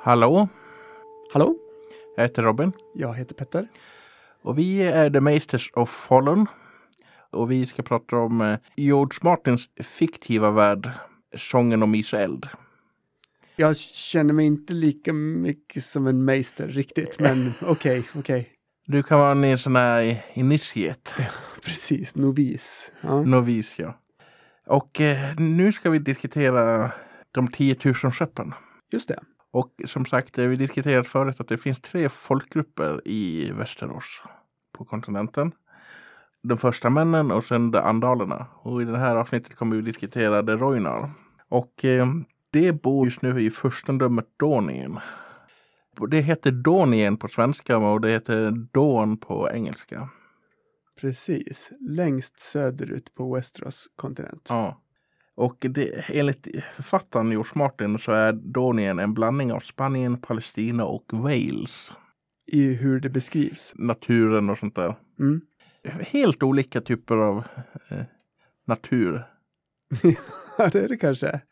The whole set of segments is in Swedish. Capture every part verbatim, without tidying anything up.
Hallå, Hallå, jag heter Robin jag heter Petter. och vi är The Masters of Fallen och vi ska prata om eh, George Martins fiktiva värld, Sången om Israel. Jag känner mig inte lika mycket som en meister riktigt, men okej, okej. Okay, okay. Du kan vara en sån här initiat. Ja, precis, novis. Ja. Novis, ja. Och eh, nu ska vi diskutera de tiotusen skeppen. Just det. Och som sagt, vi diskuterat förut att det finns tre folkgrupper i Västerås på kontinenten. De första männen och sen de andalerna. Och i det här avsnittet kommer vi diskutera de Roinar. Och eh, det bor just nu i furstendömet Dornien. Det heter Dornien på svenska och det heter Dawn på engelska. Precis, längst söderut på Westeros kontinent. Ja. Och det, enligt författaren George Martin så är Dornien en blandning av Spanien, Palestina och Wales. I hur det beskrivs. Naturen och sånt där. Mm. Helt olika typer av eh, natur. Ja, det är det kanske.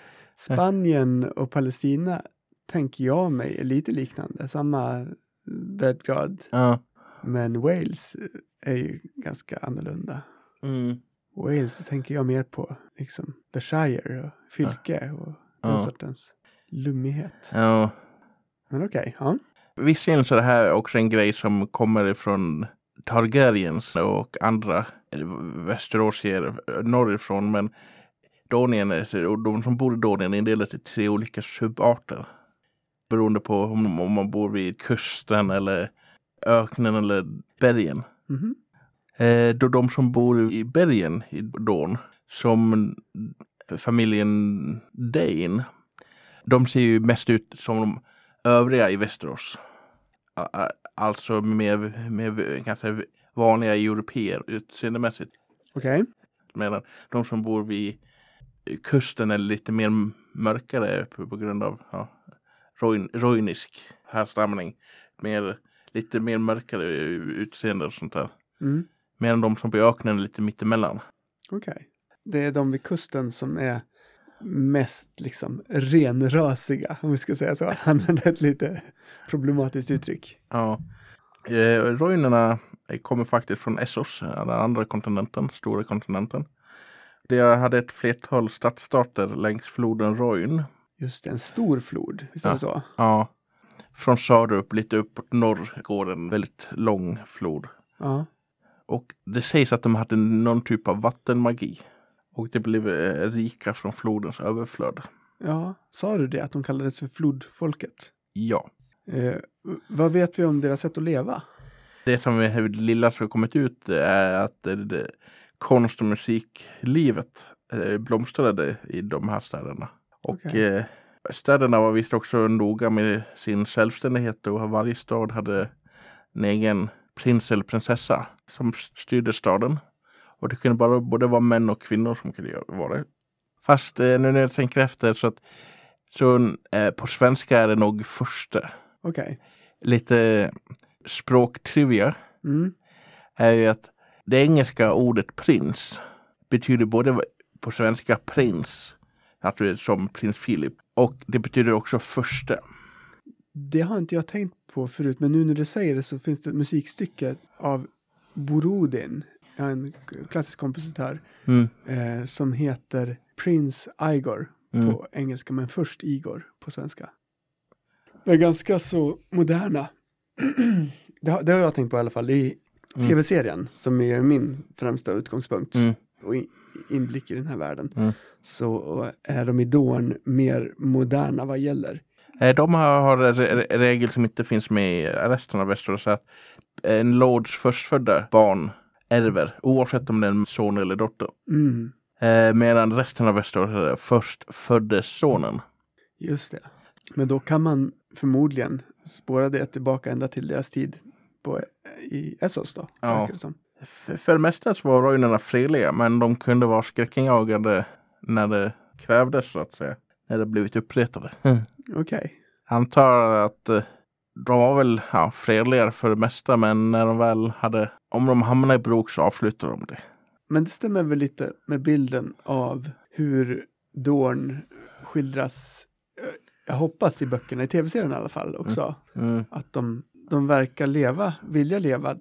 Spanien och Palestina tänker jag mig är lite liknande. Samma breddgrad. Ja. Men Wales är ju ganska annorlunda. Mm. Wales tänker jag mer på liksom The Shire och fylke och den Ja. sortens lummighet. Ja. Men okej, okay, ja. Visserligen så är det här också en grej som kommer ifrån Targaryens och andra västeråsier norrifrån, men Dornien är, och de som bor i Dornien är indelat i tre olika subarter. Beroende på om, om man bor vid kusten eller öknen eller bergen. Mm-hmm. Eh, då de som bor i bergen i Dorn, som familjen Dane, de ser ju mest ut som de övriga i Västerås. Alltså med, med kanske vanliga europeer utseendemässigt. Okej. Okay. Medan de som bor vid kusten är lite mer mörkare på, på grund av ja, roin, roinisk härstamning. Mer, lite mer mörkare utseende och sånt där. Mm. Medan de som bor i öknen är lite mittemellan. Okej. Okay. Det är de vid kusten som är mest liksom renrasiga, om vi ska säga så. Använda ett lite problematiskt uttryck. Ja. Eh, Roinerna kommer faktiskt från Essos, den andra kontinenten, stora kontinenten. De hade ett flertal stadsstater längs floden Roin. Just det, en stor flod, visst är ja. det så? Ja. Från söder upp, lite uppåt norr går en väldigt lång flod. Ja. Och det sägs att de hade någon typ av vattenmagi. Och det blev eh, rika från flodens överflöd. Ja, sa du det? Att de kallades för flodfolket? Ja. Eh, vad vet vi om deras sätt att leva? Det som är lilla som har kommit ut är att det, det, konst- och musiklivet eh, blomstrade i de här städerna. Och okay. eh, städerna var visst också noga med sin självständighet och varje stad hade en egen prins eller prinsessa som styrde staden. Och det kunde bara både vara män och kvinnor som kunde vara det. Fast eh, nu när jag tänker efter så att så, eh, på svenska är det nog första. Okej. Okay. Lite språktrivia mm. är ju att det engelska ordet prins betyder både på svenska prins, alltså som prins Philip, och det betyder också första. Det har inte jag tänkt på förut, men nu när du säger det så finns det ett musikstycke av Borodin, en klassisk kompositör, mm. eh, som heter Prince Igor mm. på engelska, men först Igor på svenska. Det är ganska så moderna. det, har, det har jag tänkt på i alla fall i mm. tv-serien, som är min främsta utgångspunkt mm. och in, inblick i den här världen. Mm. Så är de i Dorn mer moderna vad gäller. De har, har en regel som inte finns med i resten av Västerås, att en lords förstfödda barn ärver, oavsett om det är en son eller dotter. Mm. Eh, medan resten av Västerås är det först föddes sonen. Just det. Men då kan man förmodligen spåra det tillbaka ända till deras tid på, i Essos då. Ja. Det som. För, för det mesta var roinerna fredliga, men de kunde vara skräckinjagande när det krävdes, så att säga. När det blivit uppretade. Okej. Okay. Antar att eh, de var väl ja, fredligare för det mesta, men när de väl hade, om de hamnade i bråk så avslutade de det. Men det stämmer väl lite med bilden av hur Dorn skildras jag hoppas i böckerna, i tv-serien i alla fall också, Mm. Mm. att de, de verkar leva, vilja leva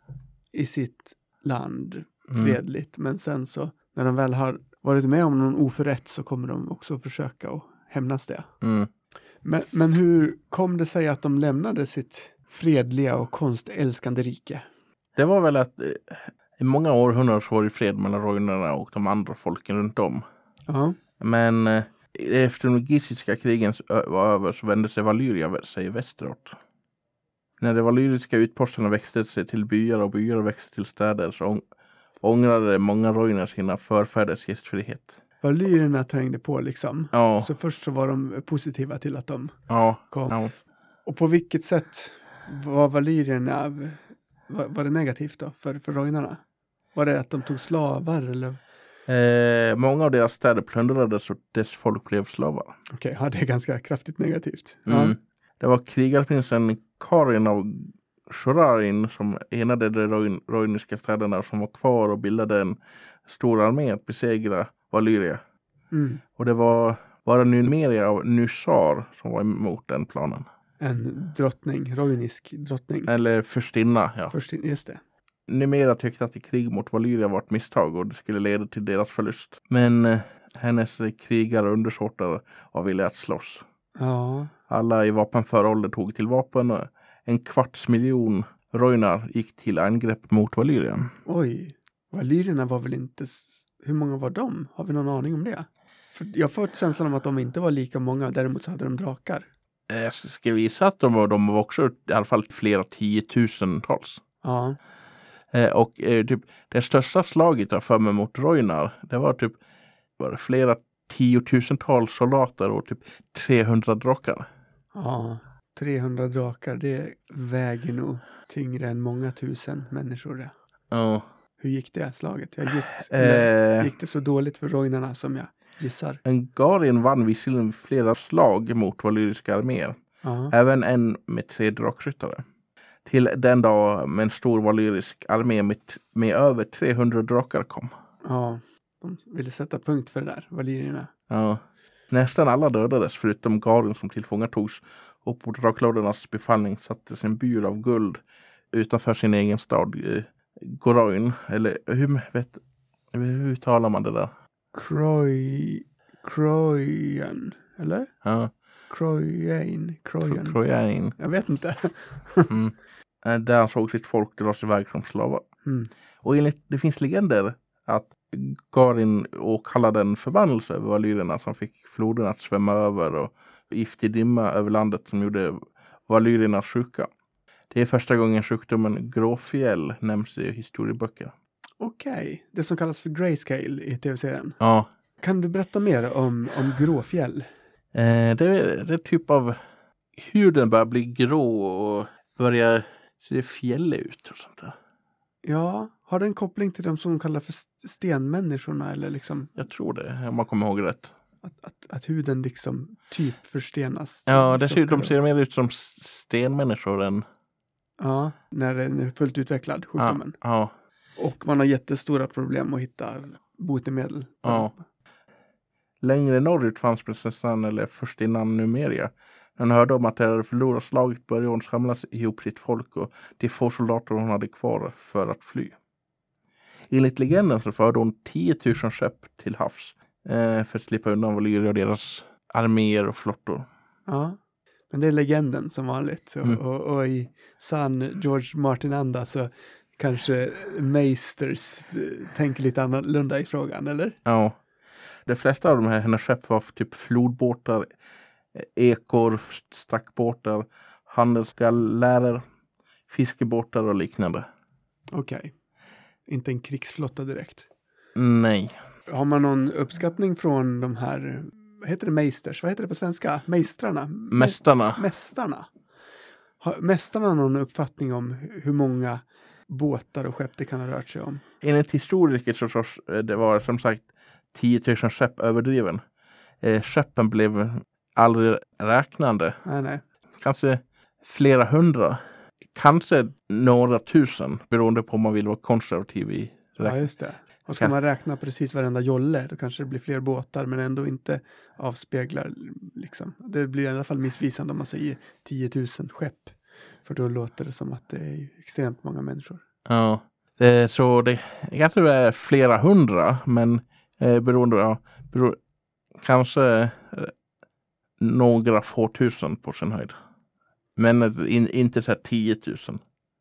i sitt land fredligt. Mm. Men sen så, när de väl har varit med om någon oförrätt så kommer de också försöka att hämnas det. Mm. Men, men hur kom det sig att de lämnade sitt fredliga och konstälskande rike? Det var väl att eh, i många århundraden så var det fred mellan roinerna och de andra folken runt om. Uh-huh. Men eh, efter de gisiska krigen var över så vände sig Valyria sig västerut. När de valyriska utposterna växte sig till byar och byar växte till städer så ång- ångrade många roiner sina förfäders gästfrihet. Valyrierna trängde på liksom. Ja. Så först så var de positiva till att de ja. kom. Ja. Och på vilket sätt var valyrierna, var, var det negativt då för, för roinarna? Var det att de tog slavar eller? Eh, många av deras städer plundrades och dess folk blev slavar. Okej, okay, ja, det är ganska kraftigt negativt. Mm. Ja. Det var krigarprinsen Karin av Shorarin som enade de roin, roiniska städerna som var kvar och bildade en stor armé att besegra Valyria. Mm. Och det var bara Numeria av Nusar som var emot den planen. En drottning, roinisk drottning. Eller förstinna, ja. Förstinna, just det. Numera tyckte att krig mot Valyria var ett misstag och det skulle leda till deras förlust. Men eh, hennes krigare och undersåtar var villiga att slåss. Ja. Alla i vapenför ålder tog till vapen och en kvarts miljon roinar gick till angrepp mot Valyria. Oj, valyrierna var väl inte... Hur många var de? Har vi någon aning om det? För jag har fått känslan om att de inte var lika många, däremot så hade de drakar. Jag ska visa att de var, de var också i alla fall flera tiotusentals. Ja. Eh, och eh, typ, det största slaget jag för mig mot roinar, det var typ var det flera tiotusentals soldater och typ trehundra drakar. Ja, trehundra drakar, det väger nog tyngre än många tusen människor. Det. Ja. Hur gick det slaget? Jag giss, Eh, gick det så dåligt för roinarna som jag gissar? En Garin vann visserligen flera slag mot valyriska arméer. Ja. Även en med tre drakryttare. Till den dag med en stor valyrisk armé med, med över trehundra drakar kom. Ja, de ville sätta punkt för det där, valyrierna. Ja. Nästan alla dödades förutom Garin som tillfångatogs och på draklordernas befallning sattes en byr av guld utanför sin egen stad eh, Gorain. Eller hur, vet, hur talar man det där? Croy... Croyan, eller? Ja. Croyan, Croyan. Croyan. Jag vet inte. mm. Där såg sitt folk dras iväg som slavar. Mm. Och enligt, det finns legender att Garin åkallade en förbannelse över valyrierna som fick floden att svämma över och giftig dimma över landet som gjorde valyrierna sjuka. Det är första gången sjukdomen gråfjäll nämns i historieböcker. Okej, okay. Det som kallas för grayscale i tv-serien. Ja. Kan du berätta mer om, om gråfjäll? Eh, det, är, det är typ av huden börjar bli grå och börjar se fjällig ut och sånt där. Ja, har det en koppling till de som kallar för stenmänniskorna eller liksom? Jag tror det, om man kommer ihåg rätt. Att, att, att huden liksom typ förstenas. Ja, det ser, de ser mer ut som stenmänniskor än... Ja, när den är fullt utvecklad, sjukdomen. Ja, ja. Och man har jättestora problem att hitta botemedel. Ja. Längre norrut fanns prinsessan eller förstinnan Numeria. Hon hörde om att det hade förlorat slaget började hon samla ihop sitt folk och de få soldater hon hade kvar för att fly. Enligt legenden så förde hon tio tusen skepp till havs eh, för att slippa undan valyrier och deras arméer och flottor. Ja, men det är legenden som vanligt. Mm. Och, och, och i sann George Martin-anda så kanske Meisters tänker lite annorlunda i frågan, eller? Ja. De flesta av de här hennes skepp var typ flodbåtar, ekor, stackbåtar, handelsgalärer, fiskebåtar och liknande. Okej. Okay. Inte en krigsflotta direkt. Nej. Har man någon uppskattning från de här, vad heter det, meisters? Vad heter det på svenska? Meistrarna? Mästarna. Mästarna. Har mästarna någon uppfattning om hur många båtar och skepp det kan ha rört sig om? Enligt historiker så, så det var som sagt tio tusen skepp överdriven. Eh, skeppen blev aldrig räknande. Nej, nej. Kanske flera hundra. Kanske några tusen beroende på om man vill vara konservativ i räkning. Ja, just det. Och ska man räkna precis varenda jolle, då kanske det blir fler båtar, men ändå inte avspeglar liksom. Det blir i alla fall missvisande om man säger tio tusen skepp. För då låter det som att det är extremt många människor. Ja, det, så det, jag tror det är flera hundra, men eh, beroende, ja, beror, kanske eh, några få tusen på sin höjd. Men in, inte så här tio tusen.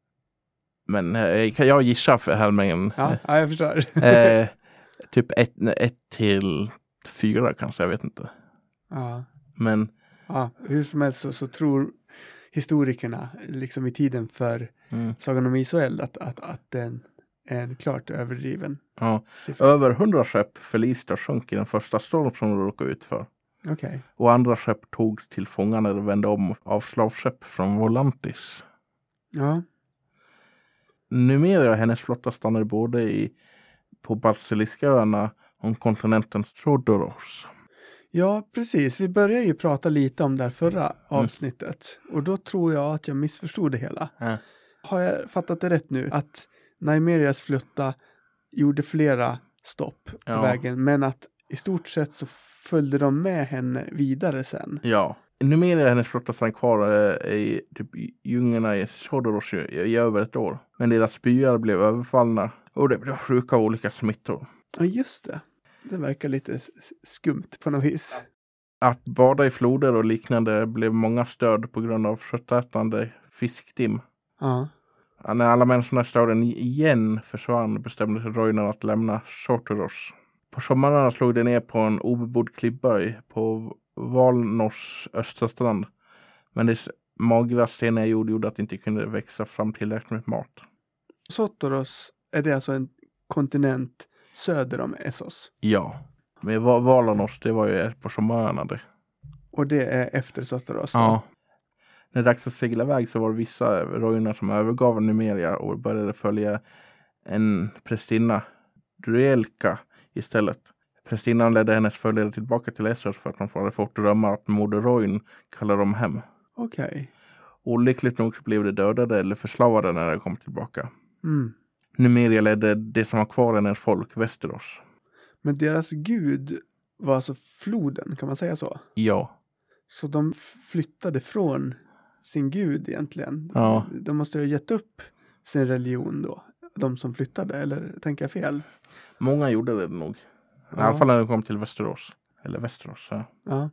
Men eh, kan jag gissa för Helmingen? Ja, ja jag förstår. eh, typ ett, ett till fyra kanske, jag vet inte. Ja. Men ja, hur som helst så, så tror historikerna liksom i tiden för mm. Sagan om is och eld att, att, att den är en klart överdriven ja. siffra. Över hundra skepp förliste och sjönk i den första storm som de råkade ut för. Okay. Och andra skepp togs till fångar när de vände om av slavskepp från Volantis. Ja. Numera hennes flotta stannade både i, på Basilisköarna och kontinenten Rhodoros. Ja, precis. Vi började ju prata lite om det här förra avsnittet. Mm. Och då tror jag att jag missförstod det hela. Ja. Har jag fattat det rätt nu? Att Naimerias flotta gjorde flera stopp på ja. vägen. Men att i stort sett så följde de med henne vidare sen. Ja. Numera hennes flotta stannade kvar eh, i typ djungerna i Rhodoros i, i över ett år. Men deras byar blev överfallna och det blev sjuka av olika smittor. Ja, just det. Det verkar lite skumt på något vis. Att bada i floder och liknande blev många stöd på grund av köttätande fiskdim. Ja. När alla människorna i staden igen försvann bestämde sig Roinan att lämna Rhodoros. På sommarna slog det ner på en obebodd klippöj på Valnors östra strand. Men det magra steniga jord gjorde att det inte kunde växa fram tillräckligt med mat. Sotoros, är det alltså en kontinent söder om Essos? Ja, men Valanos, det var ju på sommaröarna det. Och det är efter Sotoros då? Ja. När det dags att segla iväg så var det vissa Roinar som övergav Numeria och började följa en prästinna, Druelka, istället. Prästinnan ledde hennes följare tillbaka till Essos för att de hade fått drömma att moder Roin kallade dem hem. Okej. Okay. Olyckligt nog så blev de dödade eller förslavade när de kom tillbaka. Mm. Numeria ledde det som var kvar än folk Västerås. Men deras gud var alltså floden, kan man säga så? Ja. Så de flyttade från sin gud egentligen? Ja. De måste ha gett upp sin religion då, de som flyttade, eller tänker jag fel? Många gjorde det nog. I alla fall när de kom till Västerås. Eller Västerås, ja. Ja.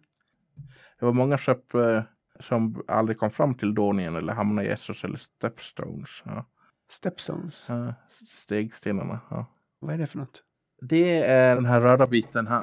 Det var många skepp eh, som aldrig kom fram till Donien eller hamnade i Essos eller Stepstones. Ja. Stepstones? Ja, stegstenarna, ja. Vad är det för något? Det är den här röda biten här.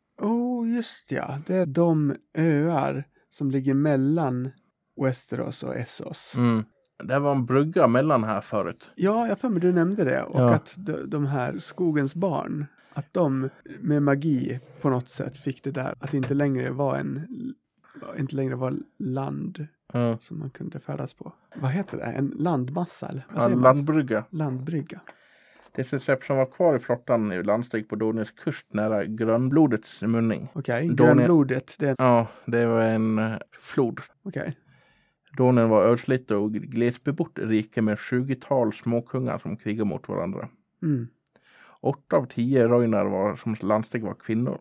Oh, just ja. Det är de öar som ligger mellan Westeros och Essos. Mm. Det var en brygga mellan här förut. Ja, jag för mig du nämnde det. Och ja. att de, de här skogens barn, att de med magi på något sätt fick det där att inte längre var en inte längre var land mm. som man kunde färdas på. Vad heter det? En landmassa? Eller? Vad ja, säger man? landbrygga. Landbrygga. Det är ett skepp som var kvar i flottan i landsteg på Doniens kust nära Grönblodets munning. Okej, okay. Grönblodet. Det är... Ja, det var en uh, flod. Okej. Okay. Donien var ödsligt och glesbebott rike med tjugotal småkungar som krigade mot varandra. Mm. Åtta av tio Roinar var, som landsteg var kvinnor.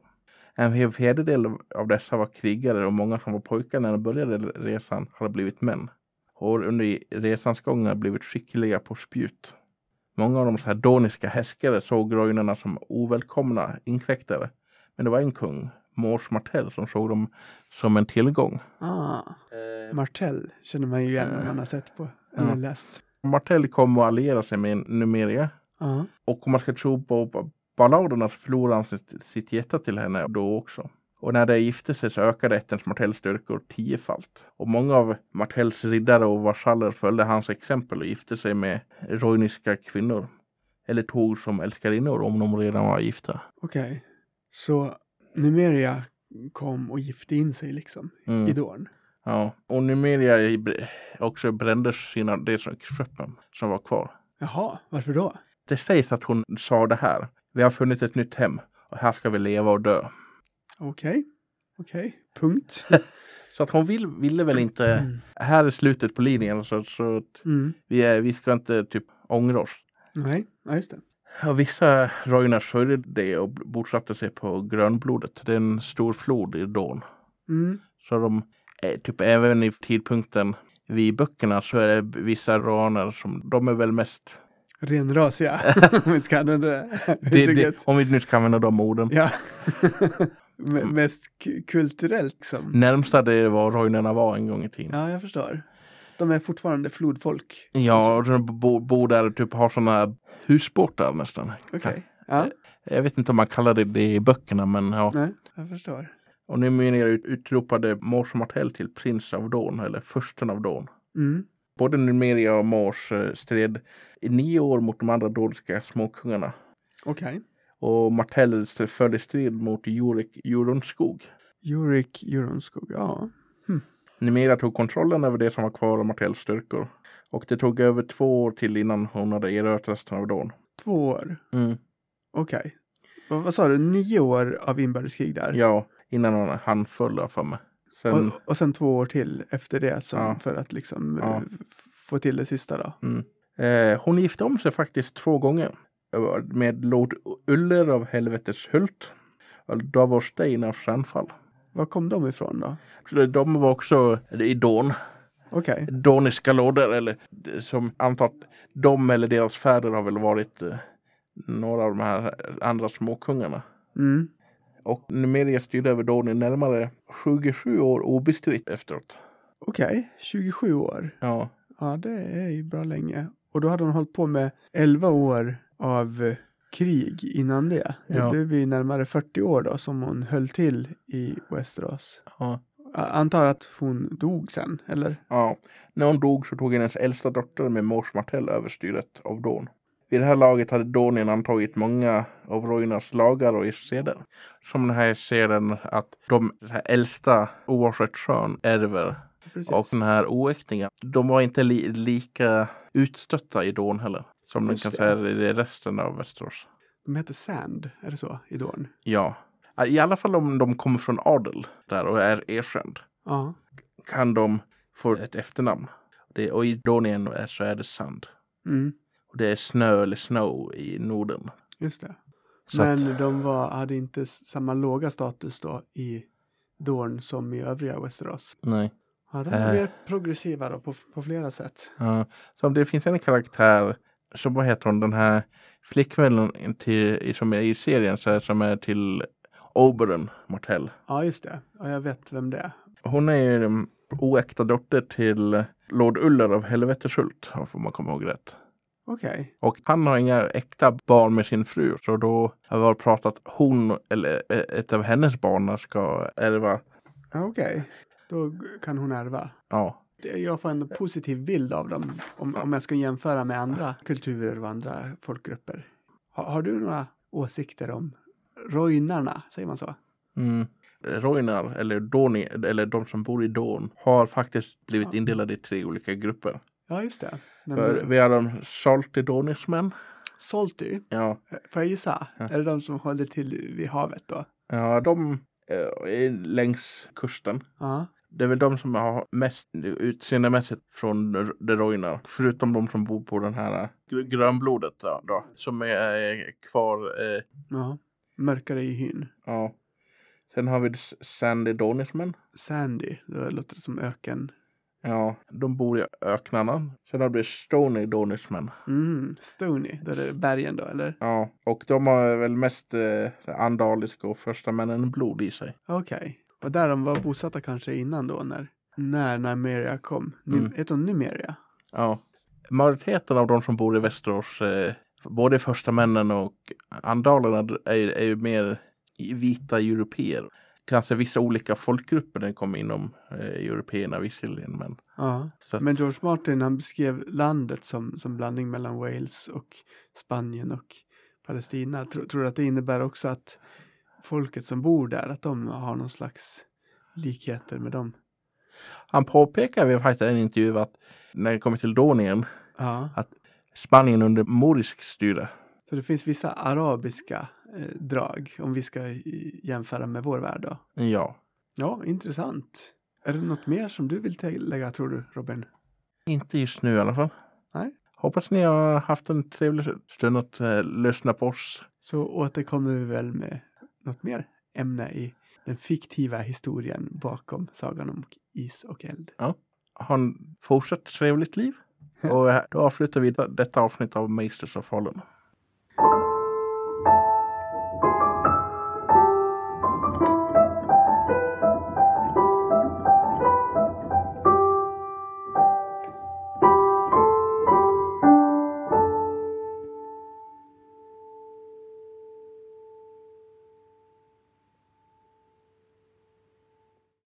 En fjärdedel av dessa var krigare och många som var pojkar när de började resan hade blivit män. Och under resans gång hade blivit skickliga på spjut. Många av de så här doniska härskare såg Roinarna som ovälkomna inkräktare. Men det var en kung, Mors Martell, som såg dem som en tillgång. Ah, eh, Martell känner man ju igen när man har sett på eller ja. läst. Martell kom att alliera sig med Numeria. Uh-huh. Och om man ska tro på balladerna så förlorade han sitt, sitt hjärta till henne då också. Och när det gifte sig så ökade ättens Martells styrkor tiofalt. Och många av Martells riddare och varsaller följde hans exempel och gifte sig med roiniska kvinnor. Eller tog som älskarinnor om de redan var gifta. Okej, okay. Så Numeria kom och gifte in sig liksom mm. i Dorn. Ja, och Numeria också brände sina det som kroppen som var kvar. Jaha, varför då? Det sägs att hon sa det här. Vi har funnit ett nytt hem och här ska vi leva och dö. Okej, okay. okej, okay. Punkt. Så att hon vill, ville väl inte, mm. här är slutet på linjen så, så att mm. vi, är, vi ska inte typ ångra oss. Nej, ja, just det. Ja, vissa Roinar följde det och bosatte sig på Grönblodet. Det är en stor flod i Don. Mm. Så de, typ även i tidpunkten vid böckerna så är det vissa raner som, de är väl mest... Renrasiga, om vi ska använda det, det, det Om vi nu ska använda de orden. Ja, M- mest k- kulturellt liksom. Närmsta det var Roinerna var en gång i tiden. Ja, jag förstår. De är fortfarande flodfolk. Ja, och de bor bo där och typ har sådana husbåtar nästan. Okej, okay. Ja. Jag vet inte om man kallar det det i böckerna, men ja. Nej, jag förstår. Och numera ut, utropade Mors Martell till prins av Don, eller försten av Don. Mm. Både Numeria och Mors stred i nio år mot de andra donska småkungarna. Okej. Okay. Och Martell föll i strid mot Jorik Juronskog. Jorik Juronskog, ja. Hm. Numeria tog kontrollen över det som var kvar av Martells styrkor. Och det tog över två år till innan hon hade erövrat resten av Don. Två år? Mm. Okej. Okay. Vad, vad sa du? Nio år av inbördeskrig där? Ja, innan hon han föll för mig. Sen... Och, och sen två år till efter det som, ja. för att liksom ja. få till det sista då. Mm. Eh, hon gifte om sig faktiskt två gånger. Med Lord Uller av Helveteshult och Davor Stein av Stjärnfall. Var kom de ifrån då? De var också i Don. Okej. Okay. Doniska lorder, eller som antar att de eller deras fäder har väl varit eh, några av de här andra småkungarna. Mm. Och Numeria styrde över Don i närmare tjugosju år obestritt efteråt. Okej, okay. tjugosju år. Ja. Ja, det är ju bra länge. Och då hade hon hållit på med elva år av krig innan det. Ja. Det blir närmare fyrtio år då som hon höll till i Westeros. Ja. Jag antar att hon dog sen, eller? Ja, när hon dog så tog hennes äldsta dotter med Mors Martell över styret av Don. Vid det här laget hade Donien antagit många av Roinars lagar och seder. Som den här seden att de här äldsta oavsett kön ärver. Precis. Och den här oäktinga, de var inte li- lika utstötta i Don heller. Som man kan säga i resten av Westeros. De heter Sand, är det så, i Don? Ja. I alla fall om de kommer från adel där och är erkänd. Ja. Kan de få ett efternamn. Det, och i Donien så är det Sand. Mm. Och det är snö eller snow i Norden. Just det. Så Men att, de var, hade inte samma låga status då i Dorn som i övriga Westeros? Nej. Ja, de är äh. mer progressiva då på, på flera sätt. Ja, så det finns en karaktär som, vad heter hon, den här flickvännen till, som är i serien så här, som är till Oberyn Martell. Ja, just det. Ja, jag vet vem det är. Hon är ju en oäkta dotter till Lord Uller av Helveteshult, får man komma ihåg rätt. Okej. Okay. Och han har inga äkta barn med sin fru, så då har vi pratat att hon eller ett av hennes barn ska ärva. Okej. Okay. Då kan hon ärva. Ja. Jag får en positiv bild av dem om, om jag ska jämföra med andra kulturer och andra folkgrupper. Har, har du några åsikter om Roinarna, säger man så? Mm. Roinar, eller Doni, eller de som bor i Don, har faktiskt blivit ja. indelade i tre olika grupper. Ja, just det. För, vi har de Salty-Donismän. Salty? Ja. Får jag gissa? Ja. Är det de som håller till vid havet då? Ja, de är längs kusten. Ja. Det är väl de som har mest utseendemässigt från de Roinar. Förutom de som bor på den här grönblodet då, då som är kvar. Eh. Ja, mörkare i hyn. Ja. Sen har vi Sandy Donismen. Sandy, det låter som öken. Ja, de bor i öknarna. Sen har vi Stony Donismen. Mm, Stony, då är det bergen då, eller? Ja, och de har väl mest eh, andaliska och första männen blod i sig. Okej. Okay. Och där de var bosatta kanske innan då, när, när Numeria kom. Mm. Heter de Numeria? Ja. Majoriteten av de som bor i Västerås, eh, både första männen och andalerna, är, är ju mer vita europeer. Kanske vissa olika folkgrupper den kom inom eh, européerna visserligen. Men, ja. att, men George Martin, han beskrev landet som, som blandning mellan Wales och Spanien och Palestina. Tror, tror du att det innebär också att folket som bor där, att de har någon slags likheter med dem? Han påpekar vid faktiskt en intervju att när det kommer till Donien, ja. att Spanien under morisk styre. Så det finns vissa arabiska eh, drag om vi ska jämföra med vår värld då? Ja. Ja, intressant. Är det något mer som du vill tillägga, tror du, Robin? Inte just nu i alla fall. Nej. Hoppas ni har haft en trevlig stund att uh, lyssna på oss. Så återkommer vi väl med något mer ämne i den fiktiva historien bakom sagan om is och eld. Ja, ha en fortsatt trevligt liv. Och då avslutar vi detta avsnitt av Masters of Fallen.